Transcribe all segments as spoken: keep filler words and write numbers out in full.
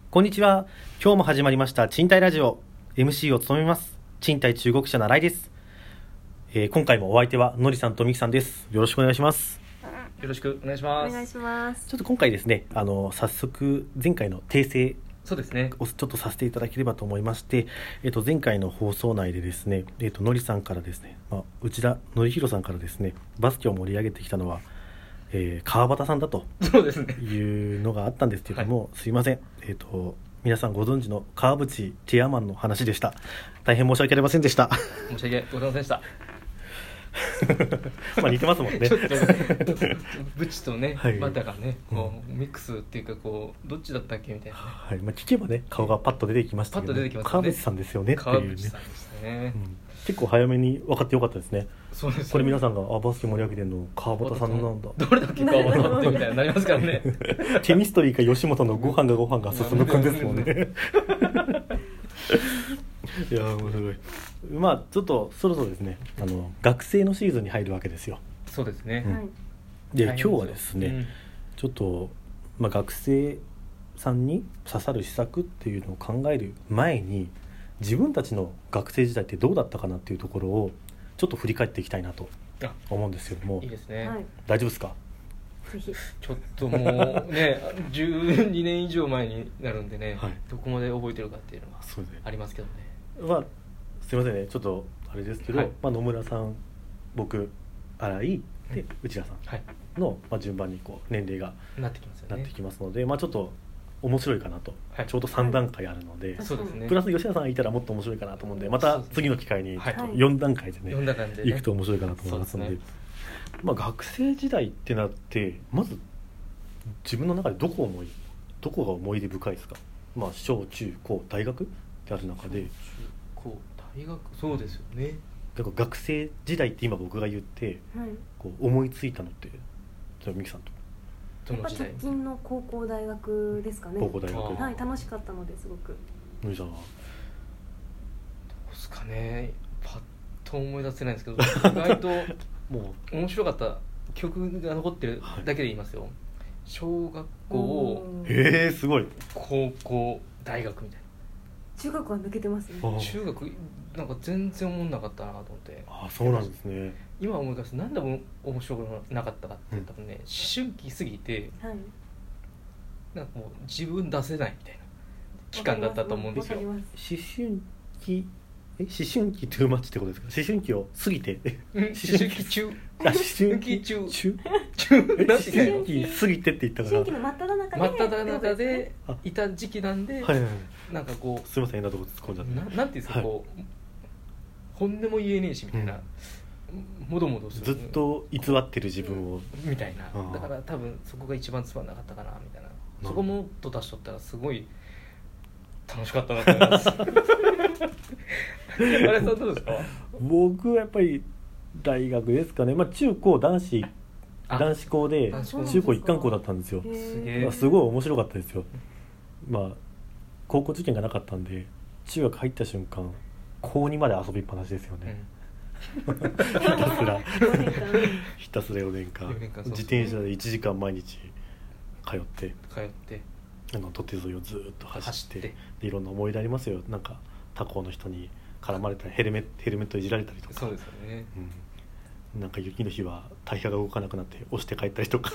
こんにちは。今日も始まりました賃貸ラジオ エムシー を務めます賃貸中国社の新井です、えー、今回もお相手はのりさんとみきさんです。よろしくお願いします。 よろしくお願いします。 お願いします。 ちょっと今回ですね、あの早速前回の訂正そうですねをちょっとさせていただければと思いまして、えー、と前回の放送内でですね、えー、とのりさんからですね、まあ、内田のりひろさんからですね、バスケを盛り上げてきたのは、えー、川端さんだとそうですねいうのがあったんですけども、はい、すいません、えーと皆さんご存知の川淵チェアマンの話でした。大変申し訳ありませんでした。 申し訳ございませんでしたまあ似てますもんね。 ちょっとブチとね、はい、バタがねこうミックスっていうかこうどっちだったっけみたいなね、 はい、まあ、聞けばね顔がパッと出てきましたけど、ね、 パッと出てきますね、 川淵さんですよねっていうね。 川淵さんでしたね、うん、 結構早めに分かってよかったですね。 そうですね。 これ皆さんがあバスケ盛り上げてるの川端さんなんだ、 どれだっけ川端さんってみたいになりますからねケミストリーか吉本のご飯がご飯が進むくんですもんねいや面白い。まあちょっとそろそろですね、あの学生のシーズンに入るわけですよ。 そうですね、 うん、で今日はですね、うん、ちょっと、まあ、学生さんに刺さる施策っていうのを考える前に自分たちの学生時代ってどうだったかなっていうところをちょっと振り返っていきたいなと思うんですけども。 いいですね、 大丈夫ですか？ ぜひ。 ちょっともうねじゅうにねん以上前になるんでね、はい、どこまで覚えてるかっていうのはありますけどね。 まあすいませんね、ちょっとあれですけど、はい、まあ、野村さん、僕、新井で内田さんの、まあ、順番にこう年齢がなってきますよね。 なってきますので、まあ、ちょっと面白いかなと、はい、ちょうどさん段階あるので、 そうですね、 プラス吉田さんがいたらもっと面白いかなと思うんで、また次の機会によん段階でね、はい、いくと面白いかなと思いますので、ね、まあ、学生時代ってなってまず自分の中でどこ思いどこが思い出深いですか？まあ、小中高大学ってある中で、 小中高大学、そうですよね。 だから学生時代って今僕が言って、はい、こう思いついたのってじゃあミキさんとやっぱ直近の高校大学ですかね。 高校大学、 はい、楽しかったのですごく。 のりさんはどうですかね、パッと思い出せないんですけど意外ともう面白かった記憶が残ってるだけで言いますよ、はい、小学校、 へーすごい、 高校大学みたいな。 中学は抜けてますね。 中学なんか全然思んなかったなと思って。 あ、そうなんですね。 今思い返すと何でも面白くなかったかって、うん、多分ね思春期過ぎて、はい、なんかもう自分出せないみたいな期間だったと思うんですよ。 思春期え思春期トゥーマッチってことですか？思春期を過ぎて思春期中あ思春期中中思春期過ぎてって言ったから、 思春期の真っ只中で真っ只中でいた時期なんで、はいはい、なんかこうすいません変なとこ突っ込んじゃって、 ななんていうんですか、はい、こう本音も言えねえしみたいな、うん、もどもどする、 ずっと偽ってる自分を、 うん、みたいな。だから多分そこが一番つまんなかったかなみたいな。そこもっと出しとったらすごい楽しかったなと思いますあれさんどうですか？ 僕はやっぱり大学ですかね、まあ、中高男子男子校で中高一貫校だったんですよ。 すげえ、 すごい面白かったですよ。まあ高校受験がなかったんで中学入った瞬間高にまで遊びっぱなしですよね、うん、ひたすらひたすらよねんかん自転車でいちじかん毎日通って通ってあの土手沿いをずっと走って、 走ってでいろんな思い出ありますよ。なんか他校の人に絡まれたりヘルメット、ヘルメットいじられたりとか。 そうですよね、 うん、なんか雪の日はタイヤが動かなくなって押して帰ったりとか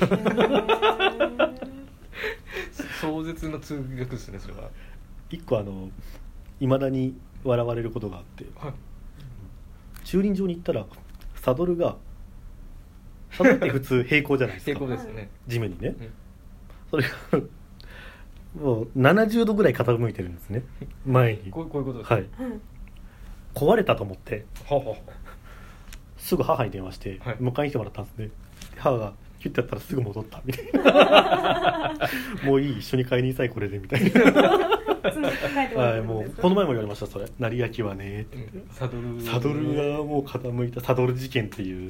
壮絶な通学ですねそれは。 一個あの未だに笑われることがあって、はい、駐輪場に行ったらサドルがサドルって普通平行じゃないですか。 平行ですね、 地面にね、うん、それがもうななじゅうどぐらい傾いてるんですね前に。 こう、こういうことですか、 はい、壊れたと思ってははすぐ母に電話して、はい、迎えに来てもらったんですね。母がキュッてやったらすぐ戻ったみたいなもういい一緒に買いにさいこれでみたいなはい、もうこの前も言われました。それ成り焼きはねって、うん、サドルサドルがもう傾いたサドル事件っていう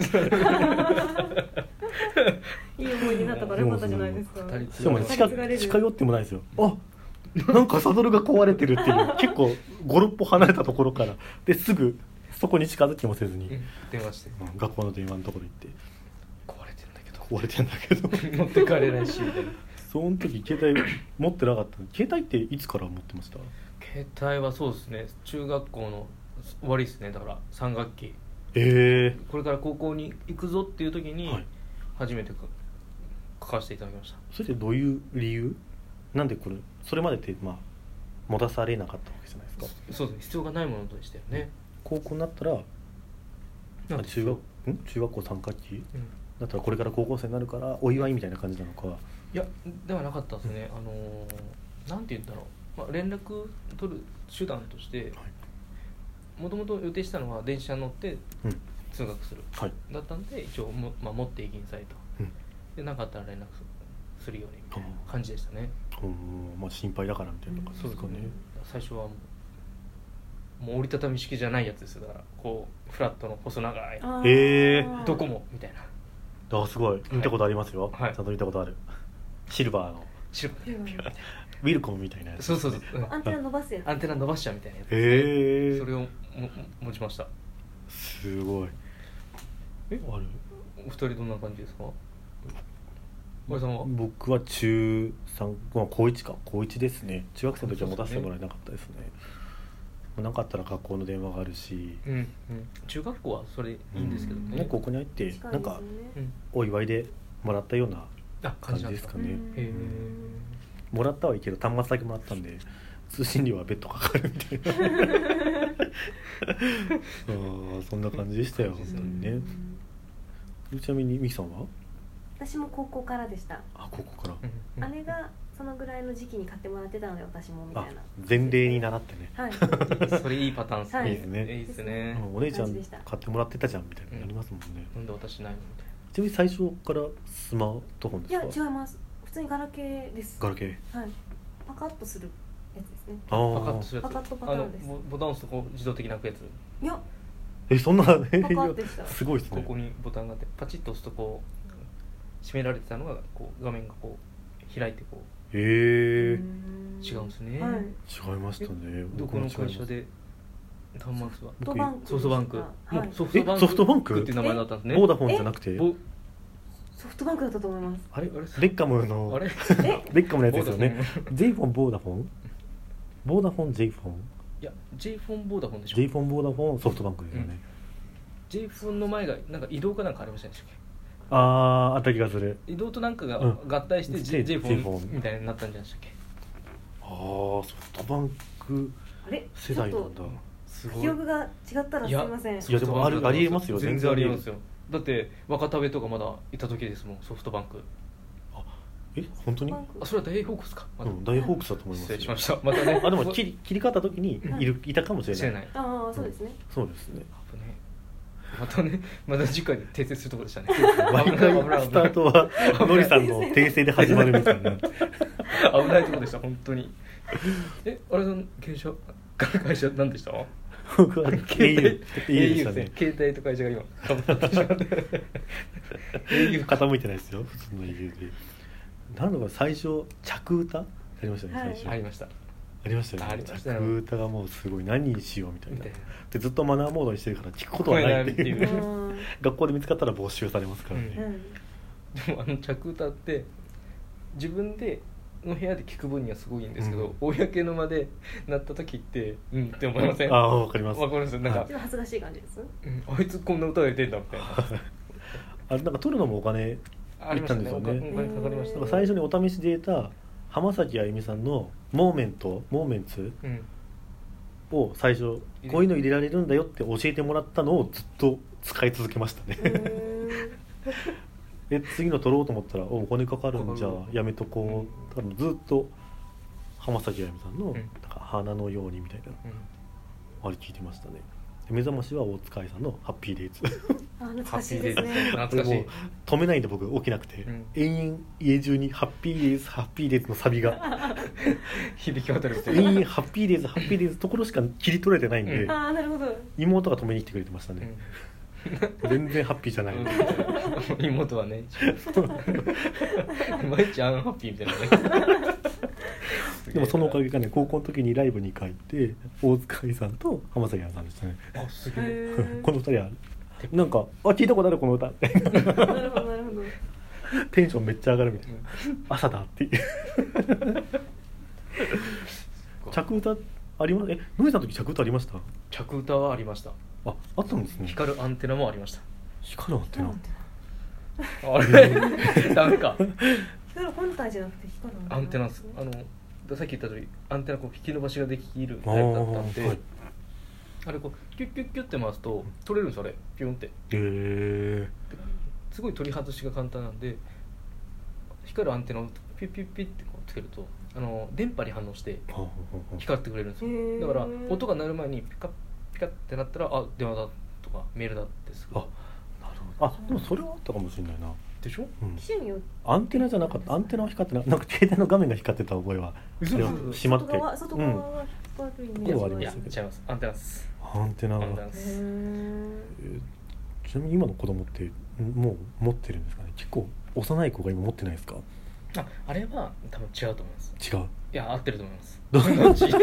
いい思い出になったからよかったじゃないですか。 しかも、ね、近, 近寄ってもないですよ。あ、なんかサドルが壊れてるっていう結構ご、ろっぽ離れたところからですぐそこに近づきもせずに、うん、 電話して、 うん、学校の電話のところ行って壊れてんだけど壊れてんだけど持って帰れないしみたいな。 その時携帯持ってなかった携帯っていつから持ってました？ 携帯はそうですね中学校の終わりですね。だからさん学期、 えこれから高校に行くぞっていう時にはい初めてか書かせていただきました。 それってどういう理由なんでこれそれまでってまあ持たされなかったわけじゃないですか。 そうですね必要がないものでしたよね。 高校になったらなんで中学ん中学校さん学期うんだったらこれから高校生になるからお祝いみたいな感じなのか。 いやではなかったですね、あのーなんて言うんだろう、まあ、連絡取る手段としてもともと予定したのは電車に乗ってうん通学する、 はいだったんで一応も、まあ、持っていきなさいと、 うんでなかったら連絡するようにみたいな感じでしたね。 うんまあ心配だからみたいな感じですかね。 最初はもうもう折りたたみ式じゃないやつですよ。だからこうフラットの細長いあーへードコモみたいなあすごい見たことありますよ、 はいちゃんと見たことある。シルバーのシルバーうんみたいなウィルコムみたいなやつ。 そうそうそう、うんアンテナ伸ばすやつ。 アンテナ伸ばしちゃうみたいなやつ、 へえそれをも持ちました。 すごい。えあるお二人どんな感じですか？小江さんは？ 僕は中さん、まあ、高いちか高いちですね。中学生の時は持たせてもらえなかったですね。なかったら学校の電話があるし、 うんうん、中学校はそれいいんですけどね、 なんかここに入って近いですよねなんかうんお祝いでもらったようなあ感じですかね。 うんへもらったはいいけど端末だけもらったんで通信料は別途かかるみたいなあそんな感じでしたよ本当にね。ちなみにミキさんは？ 私も高校からでした。 あ高校からうんうん姉がそのぐらいの時期に買ってもらってたので私もみたあいな。 前例に習ってね、 はい。 それいいパターンですね、 はいいいですねいいですね、 うんお姉ちゃん感じでした買ってもらってたじゃんみたいなのありますもんね、 なんで私ないのみたいちなみに最初からスマートフォンいやですか？ 違います。普通にガラケーです。 ガラケー。 はい。パカッとするやつですね。 あな。パカッあとするやつ、 パカッとパタあのーンですボボタン押すとこう自動的に開くやつ、 いやえそんなパパカッてしたすごいですね。 ここにボタンがあってパチッと押すとこう閉められてたのがこう画面がこう開いてこうへえうーん違うんですね、 はい。 違いましたね。 どこの会社僕も違いで端末はソフトバンクソフトバンク、 はいもうソえソフトバンクっていう名前だったんですね。 ますボーダフォンじゃなくてボソフトバンクだったと思います。 あれあれベッカムのあれえベッカムのやつですよねボーダフォン J フォンボーダフォンボーダフォン J フォンいや J フォンボーダフォンでしょ。 J フォンボーダフォンソフトバンクですよね、 J フォンの前がなんか移動かなんかありましたでしたっあーあった気がする。 け？移動となんかがうん合体して J, して J フ J フォンォンみたいになったんじゃないでしたっけ？ ああソフトバンクあれ世代なんだ。 すごい。 記憶が違ったらすいません。 いやでもあるありえますよ全然ありえます全よ。だって若田部とかまだいた時ですもん、ソフトバンク。 え本当に？ ソフトバンクあ、それは大ホークスか。まだうん、大ホークスだと思います失礼しました。またね。 あでも切り切り替わった時にいるいたかもしれない。 知れない。 ああそうですね。 そうですね。 危ねえ。またね、また次回で訂正するところでしたね。 毎回スタートはノリさんの訂正で始まるみたいな。 危ないところでした本当に。え、あれさん会社会社何でした？ 僕は携 au 帯 au でしたね。 携帯と会社が今かぶってしまって au 傾いてないですよ普通の au で。なんだか最初着歌ありましたねはい最初。 ありましたありましたよあね。 りましたよ着歌がもうすごい何にしようみたいなみたいな。 でずっとマナーモードにしてるから聞くことはないっていう聞こえないっていううん学校で見つかったら没収されますからね、 うんうんでもあの着歌って自分での部屋で聞く分にはすごいんですけど、 うん公の場でなった時ってうんって思いません？ ああわかりますわかりますなんか、 はいちょっと恥ずかしい感じです。 うんあいつこんな歌入れてんだみたいなあれなんか撮るのもお金ありましたね。 行ったんですよねお金かかりましたなんか最初にお試しで入れた浜崎あゆみさんのモーメントモーメンツうんを最初こういうの入れられるんだよって教えてもらったのをずっと使い続けましたねうーんで次の取ろうと思ったらおお金かかるんじゃかかるやめとこうだからずっと浜崎あゆみさんのうんなんか花のようにみたいなうんあれ聞いてましたね。で目覚ましは大塚愛さんのハッピーデイズあ懐かしハッピーデイズいですね。 懐かしいこれもう止めないんで僕起きなくて、 うん延々家中にハッピーデイズハッピーデイズのサビが響き渡るみたいな延々ハッピーデイズハッピーデイズところしか切り取れてないんで、 うんああなるほど。 妹が止めに来てくれてましたね、全然ハッピーじゃない、 うん妹はね毎日アンハッピーみたいなねでもそのおかげかね高校の時にライブに帰って大塚愛さんと浜崎あゆみさんでしたねあすげへえーこの二人はなんかあ聞いたことあるこの歌なるほどなるほど。 テンションめっちゃ上がるみたいな朝だっていう着歌ありますえノイさんの時着歌ありました？ 着歌はありました。 あ、あったんですね。 光るアンテナもありました。 光るアンテナあれダメか。 光る本体じゃなくて光るアンテナです。あのさっき言った通りアンテナこう引き伸ばしができるタイプだったんで、あ,、はい、あれこうキュッキュッキュッって回すと取れるんですあれピュンって。へえ。 すごい取り外しが簡単なんで、光るアンテナをピュッピュッピュッってこうつけるとあの電波に反応して光ってくれるんですよ。だから音が鳴る前にピカッピカッってなったらあ電話だとかメールだってすぐ。 あ、なるほど。あ、でもそれはあったかもしれないな。 でしょ、 うん、機種によってアンテナじゃなかった。アンテナは光ってな、なんか携帯の画面が光ってた覚えは閉まって外側外側は光るイメージがありますけど、違います。アンテナです。 アンテナが。ちなみに今の子供ってもう持ってるんですかね。結構幼い子が今持ってないですか？ あ、あれは多分違うと思います。 違う。 いや合ってると思います。 どっち？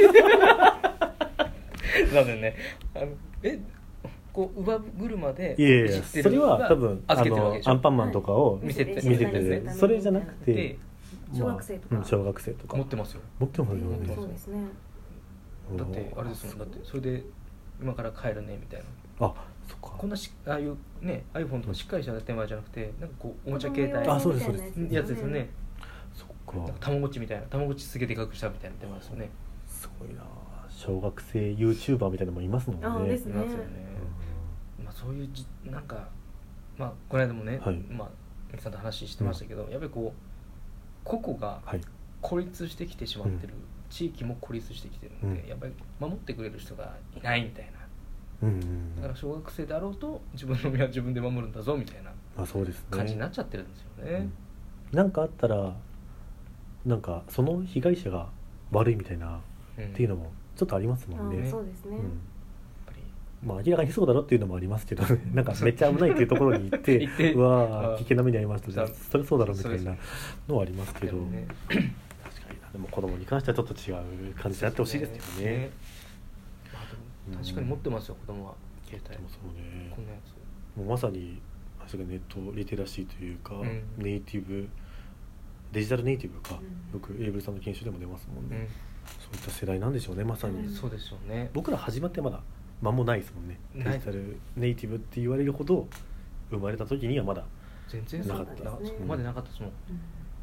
なのでね、あのえこう上車でいやいやそれは多分あのアンパンマンとかを見せて、はい、見せてる、ね、それじゃなくて小学生とか、 まあ、小学生とか持ってますよ。 持ってますよね。 そうですね。 だってあれですもん。だってそれで今から帰るねみたいな。 あ、そっか。 こんなしああいうね iPhone とかしっかりした手前じゃなくて、なんかこうおもちゃ携帯あ、そうですそうですやつですよね。 そっか。 たまごっちみたいな、たまごっちすげえでかくしたみたいな手前ですよね。 すごいな。小学生 YouTuber みたいなのもいますもんね。 あ、ですね。 いますよね。うん、まあそういうじなんかまあこの間もね、はい、まあミキさんと話してましたけど、うん、やっぱりこう個々が孤立してきてしまってる、うん、地域も孤立してきてるので、うん、やっぱり守ってくれる人がいないみたいな。うんうんうん、だから小学生であろうと自分の身は自分で守るんだぞみたいな感じになっちゃってるんですよね。 うん、なんかあったらなんかその被害者が悪いみたいな、うん、っていうのもちょっとありますもんね。 そうですね。うん、やっぱりまあ明らかにそうだろっていうのもありますけど、ね、なんかめっちゃ危ないっていうところに行ってうわー危険な目に遭いましたじゃあそれそうだろみたいなのはありますけど、ね、確かにな。でも子供に関してはちょっと違う感じでやってほしいですよね。 確かに持ってますよ、子供は携帯。 でもそうね、 こんなやつもうまさにネットリテラシーというか、うん、ネイティブデジタルネイティブか、うん、よくエイブルさんの研修でも出ますもんね、うん、そういった世代なんでしょうね、まさに、 うん、そうですよね。 僕ら始まってまだ間もないですもんね。デジタルネイティブって言われるほど生まれた時にはまだ全然なかった、そこまでなかったですもん、うん、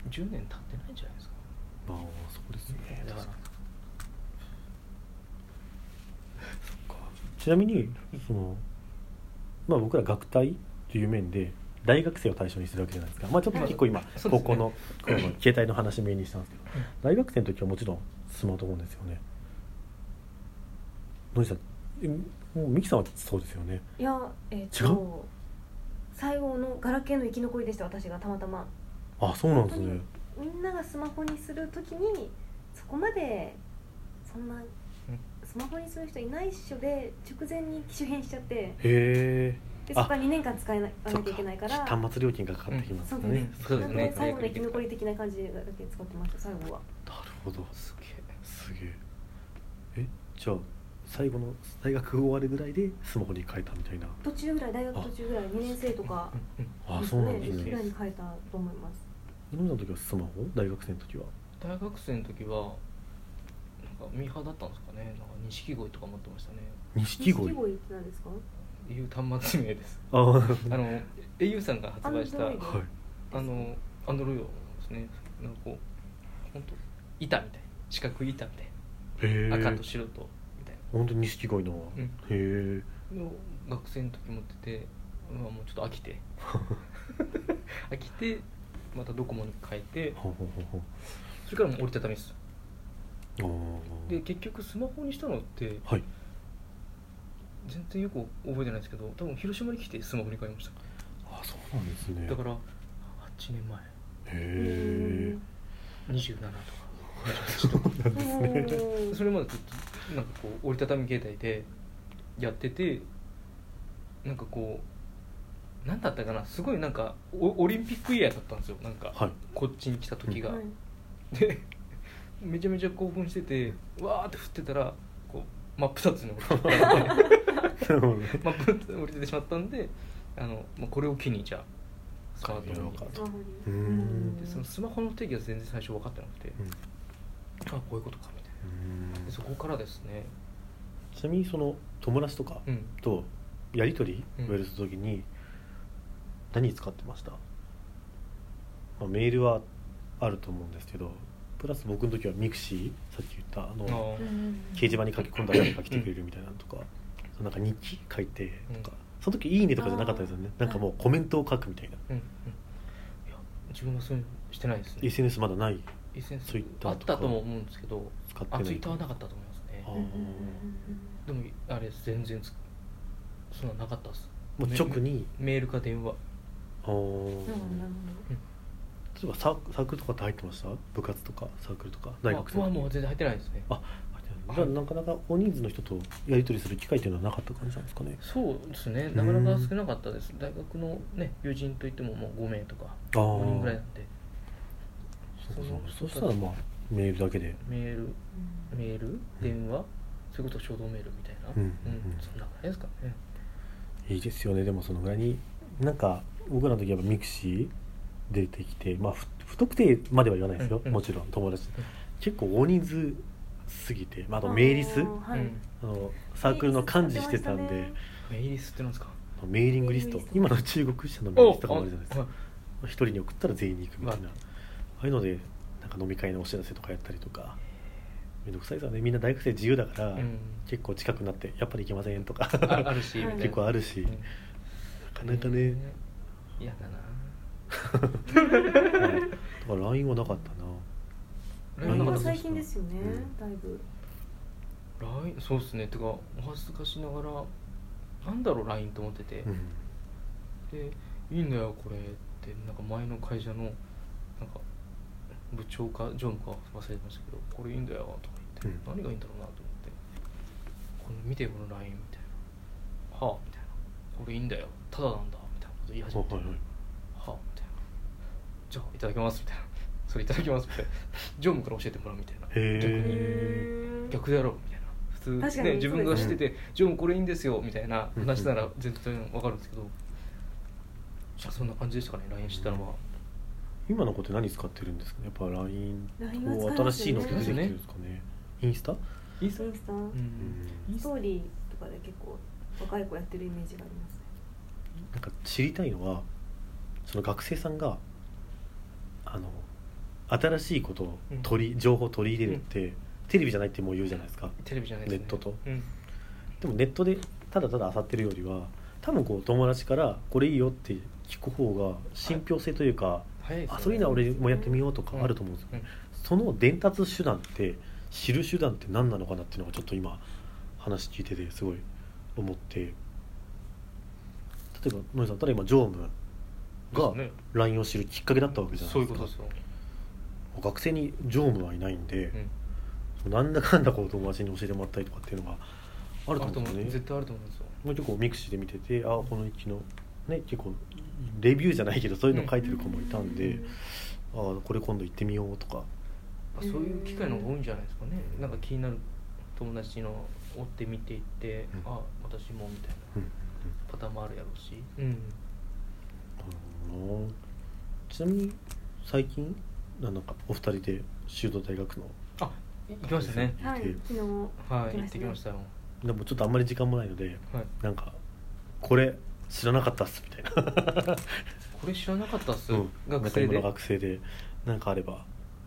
じゅうねん経ってないんじゃないですか。 ああ、そうですね。だからちなみにその、まあ、僕ら学隊という面で大学生を対象にするわけじゃないですか。まあ、ちょっと結構今、はい、高校の、この携帯の話メインにしたんですけど、うん、大学生の時はもちろんスマートフォンですよね。野地さん、もうミキさんはそうですよね。 いや、えー、違う。最後のガラケーの生き残りでした、私がたまたま。 あ、そうなんですね。 みんながスマホにする時にそこまでそんなスマホにする人いないっしょで直前に機種変しちゃって、 へでそこからにねんかん使えなきゃいけないから端末料金がかかってきますよね。 そうですね。最後の生き残り的な感じでだけ使ってました、最後は。 なるほど。すげえすげえ。え、じゃあ最後の大学終わるぐらいでスマホに変えたみたいな。 途中ぐらい、大学途中ぐらい、にねん生とかあ、そうなんですね。 ぐらいに変えたと思います。 野地さんの時はスマホ？大学生の時は？ 大学生の時はなんかミーハーだったんですかね。なんか錦鯉とか持ってましたね。 錦鯉？ 錦鯉って何ですか？ いう端末名です。 ああの エーユー さんが発売したはい、 あのアンドロイドですね。なんかこう本当板みたいな、四角い板みたいな、赤と白とみたいな。 本当に錦鯉の、うん、へえ。 の学生の時持ってて、まあ、もうちょっと飽きて飽きてまたドコモに変えて、それからもう折りたたみです。で結局スマホにしたのって、はい、全然よく覚えてないですけど、多分広島に来てスマホに変えました。 あ、そうなんですね。 だからはちねんまえ。 へえ。 にじゅうななとか。 そうなんですね。 それまでずっとなんかこう折りたたみ携帯でやってて、なんかこうなんだったかな、すごいなんか オ, オリンピックイヤーだったんですよ。なんか、はい、こっちに来た時が、うん、でめちゃめちゃ興奮しててわーって振ってたらこう真っ二つに折れて真っ二つに折れてしまったんで、あの、まあ、これを機にじゃあスマートフォンにスマホにうーんでそのスマホの定義は全然最初分かってなくて、 うんあこういうことかみたいなうーんでそこからですね、 ちなみにその友達とかうん、 とやり取りうんウェルするときに何使ってました、まあ、メールはあると思うんですけどプラス僕の時はミクシーさっき言ったあのあ掲示板に書き込んだら誰か来てくれるみたいなのとか、なんか日記書いてとか、その時いいねとかじゃなかったですよね。なんかもうコメントを書くみたいな、 うんうん、いや自分はそういうのしてないですね。 エスエヌエス まだないエスエヌエスツイッターとかあったとも思うんですけど、 使ってないあツイッターはなかったと思いますね。 あーでもあれ全然つそんななかったです。 もう直にメメールか電話。 あーなるほどなる例えばサーサークルとかって入ってました？部活とかサークルとか大学生あはもう全然入ってないですね。 あじゃあなかなか大人数の人とやり取りする機会っていうのはなかった感じなんですかね。 そうですね、なかなか少なかったです。大学の、ね、友人といってももうごめいとかあーごにんぐらいなんで、 そうそうそのそしたらまあメールだけでメールメール電話、そういうこと衝動メールみたいな、 うんうんそんな感じですかね。 いいですよね。でもそのぐらいになんか僕らの時はミクシー出てきて、まあ不不特定までは言わないですよ、 うんうんもちろん友達結構大人数すぎて、まあ、あとほど。 メイリスあーはいうんあのサークルの幹事してたんで、 メイリスってなんですか？ メーリングリストメーリングリスト今の中国社のメールリストとかもあるじゃないですか。 あ一人に送ったら全員に行くみたいな、 まああいうのでなんか飲み会のお知らせとかやったりとか、めんどくさいですよね。みんな大学生自由だから、 うん結構近くなってやっぱり行けませんとかああるしみたいな結構あるし、 うんなかなかね、 嫌だな。 だから ライン はなかったな。 ラインはライン最近ですよね、 うんだいぶ。 ラインそうですね。てかお恥ずかしながらなんだろう ライン と思ってて、 うんでいいんだよこれってなんか前の会社のなんか部長か常務か忘れてましたけど、これいいんだよとか言って、 うん何がいいんだろうなと思って、この見てこの ライン みたいな、はあみたいな、これいいんだよただなんだみたいなこと言い始めて、 はいはいはあみたいな、じゃあいただきますみたいな、それいただきますみたいな、常務から教えてもらうみたいな、 へー逆でやろうみたいな、普通確かにね自分が知ってて、 う常務これいいんですよみたいな話なら全然わかるんですけど、じゃあそんな感じでしたかね ライン 知ったのは。 今の子って何使ってるんですかね。やっぱ ラインラインは使いこうますよね新しいのって出てきてるんですかね。インスタインスタインスタ、 うんストーリーとかで結構若い子やってるイメージがありますね。 なんか知りたいのはその学生さんがあの新しいことを取り、情報を取り入れるって、テレビじゃないってもう言うじゃないですか。 テレビじゃないですね。 ネットとうんでもネットでただただ漁ってるよりは多分こう友達からこれいいよって聞く方が信憑性というか、 早いですよね。 あそういうのは俺もやってみようとかあると思うんですよ、 うんその伝達手段って知る手段って何なのかなっていうのがちょっと今話聞いててすごい思って、例えば野井さんただ今常務がですねライン を知るきっかけだったわけじゃないそうですか。 いうことですよ。 学生に常務はいないんで、 うんなんだかんだこう友達に教えてもらったりとかっていうのがあると思うんですよね。 絶対あると思うんですよ。 もう結構ミクシーで見てて、あこの一のね結構レビューじゃないけどそういうの書いてる子もいたんで、あこれ今度行ってみようとか。 そういう機会の方が多いんじゃないですかね。なんか気になる友達の追って見ていって、 うんあ私もみたいなうんうんパターンもあるやろうし。うん。 なるほどな。ちなみに最近なんかお二人で修道大学のあ行きましたね。 はい、昨日はい行ってきましたよ。 でもちょっとあんまり時間もないので、 はい。 なんかこれ知らなかったっすみたいな、 これ知らなかったっす。 うん、 学生で中今の学生でなんかあれば。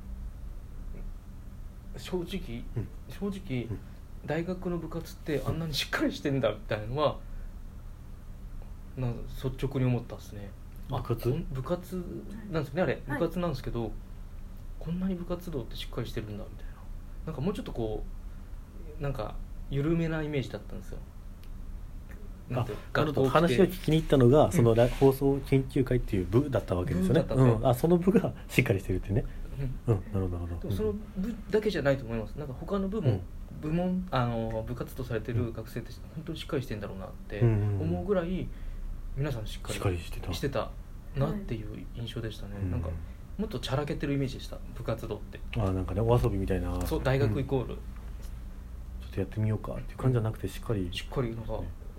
正直、 うん正直、 うん大学の部活ってあんなにしっかりしてんだみたいなのはなんか率直に思ったですね。あ部活こん部活なんですよねあれ、 はい部活なんですけど、こんなに部活動ってしっかりしてるんだみたいな、なんかもうちょっとこうなんか緩めなイメージだったんですよ。なんてあなるほど。 学校来て話を聞きに行ったのが、 んそのラ放送研究会っていう部だったわけですよね。 部だったんですようん、あその部がしっかりしてるってね。 うんうん、なるほどなるほど。 でもその部だけじゃないと思います。なんか他の部も、 うん部門あの部活とされてる学生って本当にしっかりしてんだろうなってうん思うぐらい皆さんしっかりしっかりしてたしてたなっていう印象でしたね。 うんなんかもっとチャラけてるイメージでした部活動って。 あなんかねお遊びみたいな。 そう大学イうんコール、 ちょっとやってみようかっていう感じじゃなくてしっかり。 しっかりなんか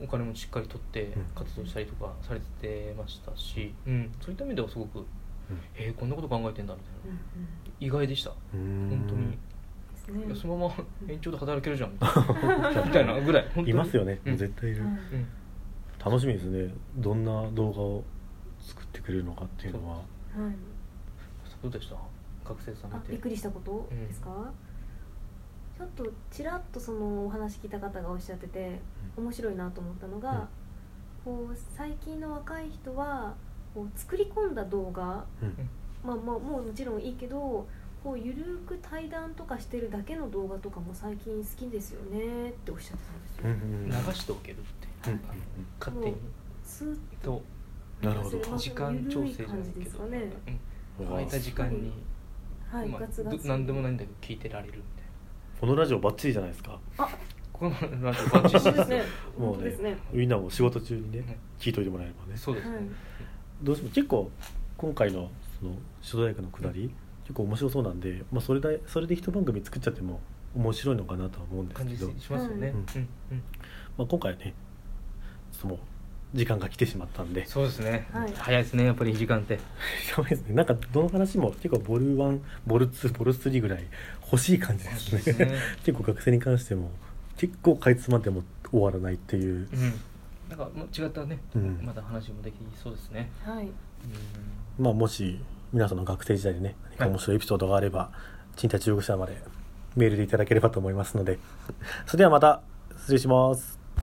お金もしっかり取って活動したりとかされてましたし、うん、そういった意味ではすごく、うん、えー、こんなこと考えてんだみたいな、うんうん、意外でした。本当にいやそのまま延長で働けるじゃんみたいなぐらい本当にいますよね、 うん、 絶対いる、うん、楽しみですね。どんな動画を作ってくれるのかっていうのは。はい、 どうでした？学生さん見てびっくりしたことですか、うん、ちょっとちらっとそのお話聞いた方がおっしゃってて面白いなと思ったのが、うん、こう最近の若い人はこう作り込んだ動画、うん、まあ、まあもうもちろんいいけどこうゆるく対談とかしてるだけの動画とかも最近好きですよねっておっしゃってたんですよ、うんうん、流しておけるって、うん、勝手にスーッとなるほど時間調整じゃないけど、ね、うん、空いた時間に、 はい、まあ、ガツガツ何でもないんだけど聞いてられるみたいな。 このラジオバッチリじゃないですか。 あ、 このラジオバッチリですね。 もう ね, ねみんなも仕事中にね、うん、聞いといてもらえればね。 そうですね、はい、 どうしても結構今回のその初代役のくだり、うん、結構面白そうなんで、まあ、それでそれで一番組作っちゃっても面白いのかなとは思うんですけど、 感じしますよね、うんうんうん、 まあ、今回はねその時間が来てしまったんで。 そうですね、はい、早いですねやっぱり時間ってそうですね、なんかどの話も結構ボルワンボルツーボルスリーぐらい欲しい感じですね、ね結構学生に関しても結構かいつまんでも終わらないっていう、 うん、なんか違ったね、うん、また話もできそうですね、 はい、うん、 まあもし皆さんの学生時代でね何か面白いエピソードがあれば、はい、賃貸中国社までメールでいただければと思いますので、それではまた失礼します。